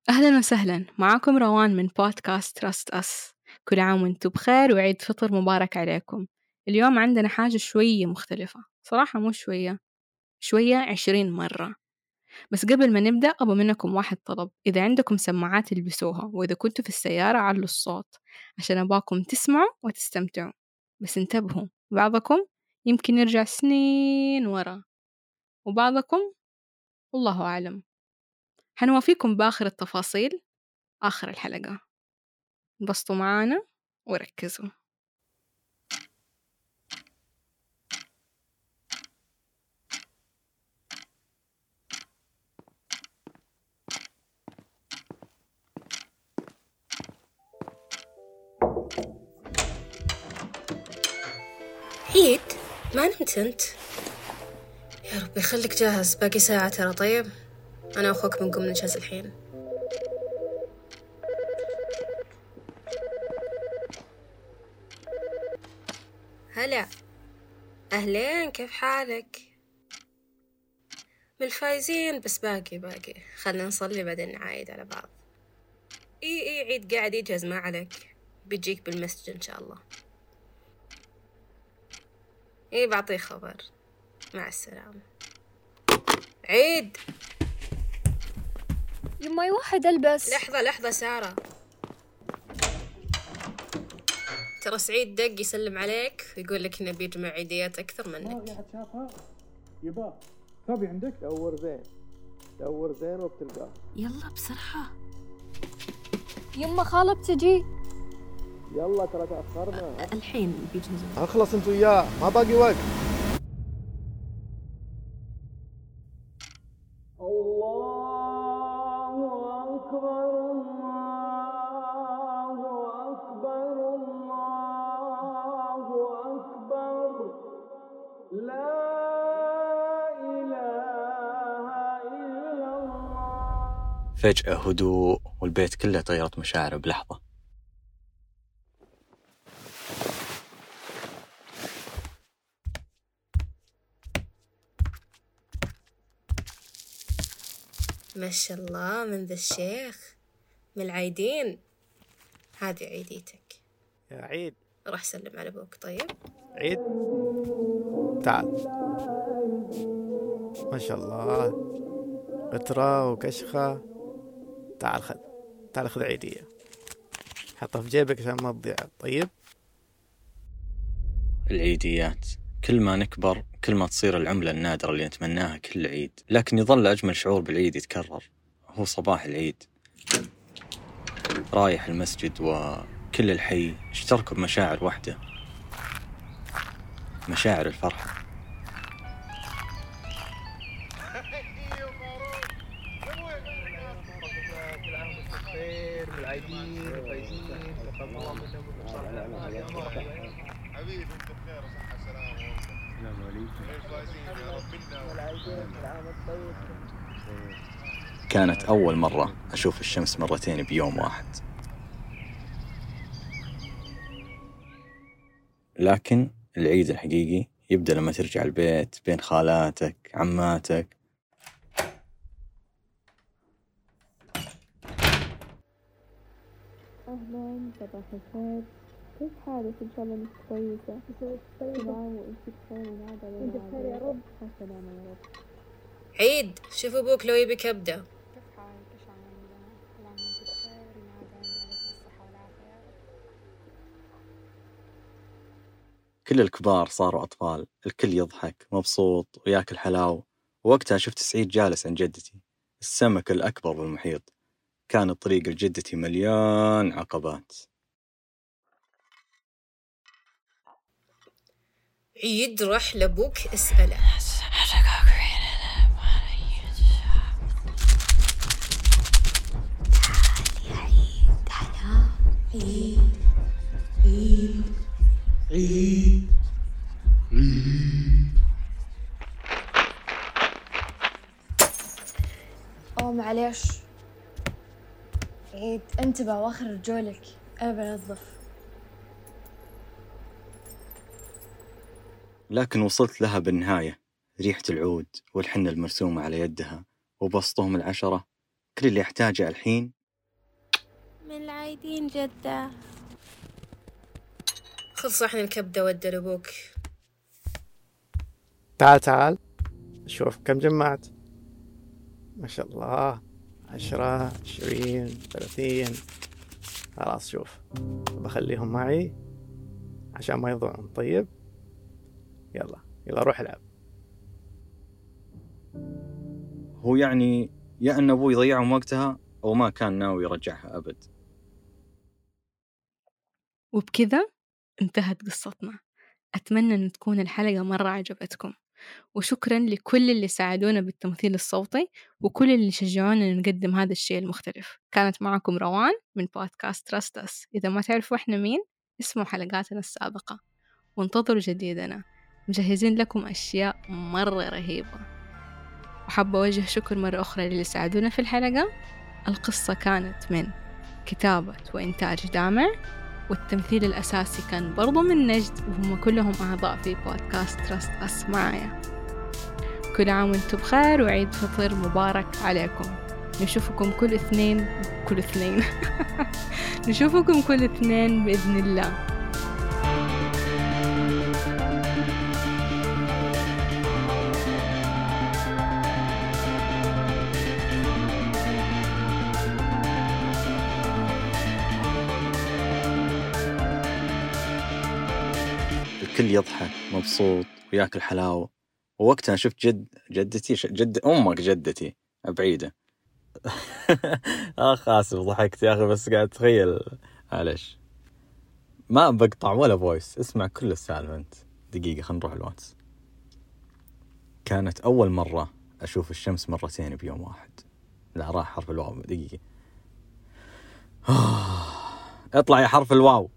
أهلا وسهلا، معاكم روان من بودكاست تراست أس. كل عام وانتم بخير وعيد فطر مبارك عليكم. اليوم عندنا حاجة شوية مختلفة، صراحة مو شوية 20 مرة. بس قبل ما نبدأ أبغى منكم واحد طلب، إذا عندكم سماعات البسوها، وإذا كنتوا في السيارة علوا الصوت عشان أباكم تسمعوا وتستمتعوا. بس انتبهوا، بعضكم يمكن يرجع سنين ورا، وبعضكم الله أعلم. حنوافيكم بآخر التفاصيل آخر الحلقة. انبسطوا معانا وركزوا. عيد، ما نمت انت؟ يا ربي خليك جاهز، باقي ساعة ترى. طيب أنا وأخوك بنقوم نجهز الحين. هلا، أهلين، كيف حالك؟ من الفايزين، بس باقي خلنا نصلي بعدين نعايد على بعض. إي عيد قاعد يجهز، ما عليك، بيجيك بالمسجد إن شاء الله. إي بعطيه خبر. مع السلامة. عيد يماي واحد ألبس. لحظة سارة، ترى سعيد دق يسلم عليك ويقول لك إنه بيجمع عيديات أكثر منك. يا شافها يبا صبي عندك، دور زين وبتلقاه. يلا بسرعة. يما خالة بتجي. يلا ترى تأخرنا. الحين بيجهزون. اخلص انت وياه، ما باقي وقت. فجأة هدوء، والبيت كله طيرت مشاعره بلحظة. ما شاء الله من ذا الشيخ، من العايدين. هذه عيديتك. يا عيد راح سلم على أبوك. طيب عيد تعال. ما شاء الله، قطرة وكشخة. تعال خذ عيدية، حطها في جيبك عشان ما تضيع. طيب العيديات، كل ما نكبر كل ما تصير العملة النادرة اللي نتمناها كل عيد، لكن يظل أجمل شعور بالعيد يتكرر، هو صباح العيد. رايح المسجد وكل الحي اشتركوا بمشاعر واحدة، مشاعر الفرحة. كانت أول مرة أشوف الشمس مرتين بيوم واحد، لكن العيد الحقيقي يبدأ لما ترجع البيت بين خالاتك عماتك. أهلا، صباح الخير، كيف حالك؟ إن شاء الله إنك كويسة. تمام وإنت بخير ونعاد علينا. إنت بخير يا رب. السلامة يا رب. عيد، شوف أبوك لو يبي كبدة. كيف حالك؟ إيش عاملة؟ اللهم إنت بخير ونعاد علينا عليكم الصحة والعافية يا رب. كل الكبار صاروا أطفال، الكل يضحك مبسوط وياكل حلاوة. ووقتها شفت سعيد جالس عند جدتي، السمك الأكبر بالمحيط. كان الطريق لجدتي مليان عقبات. عيد، روح لأبوك اسأله. عيد معليش عيد، انتبه واخر رجولك، أنا بنظف. لكن وصلت لها بالنهاية، ريحة العود والحنة المرسومة على يدها وبسطهم 10. كل اللي يحتاجه الحين من العايدين جدة. خذ صحن الكبدة ودي لأبوك. تعال شوف كم جمعت. ما شاء الله 10 20 30. خلاص شوف بخليهم معي عشان ما يضيعون. طيب يلا روح العب. هو يعني يا أن أبوي ضيعهم وقتها أو ما كان ناوي يرجعها أبد. وبكذا انتهت قصتنا. أتمنى أن تكون الحلقة مرة عجبتكم، وشكرا لكل اللي ساعدونا بالتمثيل الصوتي وكل اللي شجعونا نقدم هذا الشيء المختلف. كانت معكم روان من بودكاست تراست أس. إذا ما تعرفوا إحنا مين، اسمعوا حلقاتنا السابقة وانتظروا جديدنا، مجهزين لكم أشياء مرة رهيبة. وحابة أوجه شكر مرة أخرى للي ساعدونا في الحلقة. القصة كانت من كتابة وإنتاج دامع، والتمثيل الأساسي كان برضو من نجد، وهم كلهم أعضاء في بودكاست تراست أس معايا. كل عام وانتم بخير وعيد فطر مبارك عليكم. نشوفكم كل اثنين نشوفكم كل اثنين بإذن الله. الكل يضحك مبسوط وياكل حلاوة. ووقتها شفت جدتي أمك جدتي بعيدة. آسف ضحكت يا أخي، بس قاعد تخيل. معلش ما بقطع ولا فويس، اسمع كل السالفة أنت. دقيقة خلينا نروح الواتس. كانت أول مرة أشوف الشمس مرتين بيوم واحد. لا راح حرف الواو. دقيقة اطلع يا حرف الواو.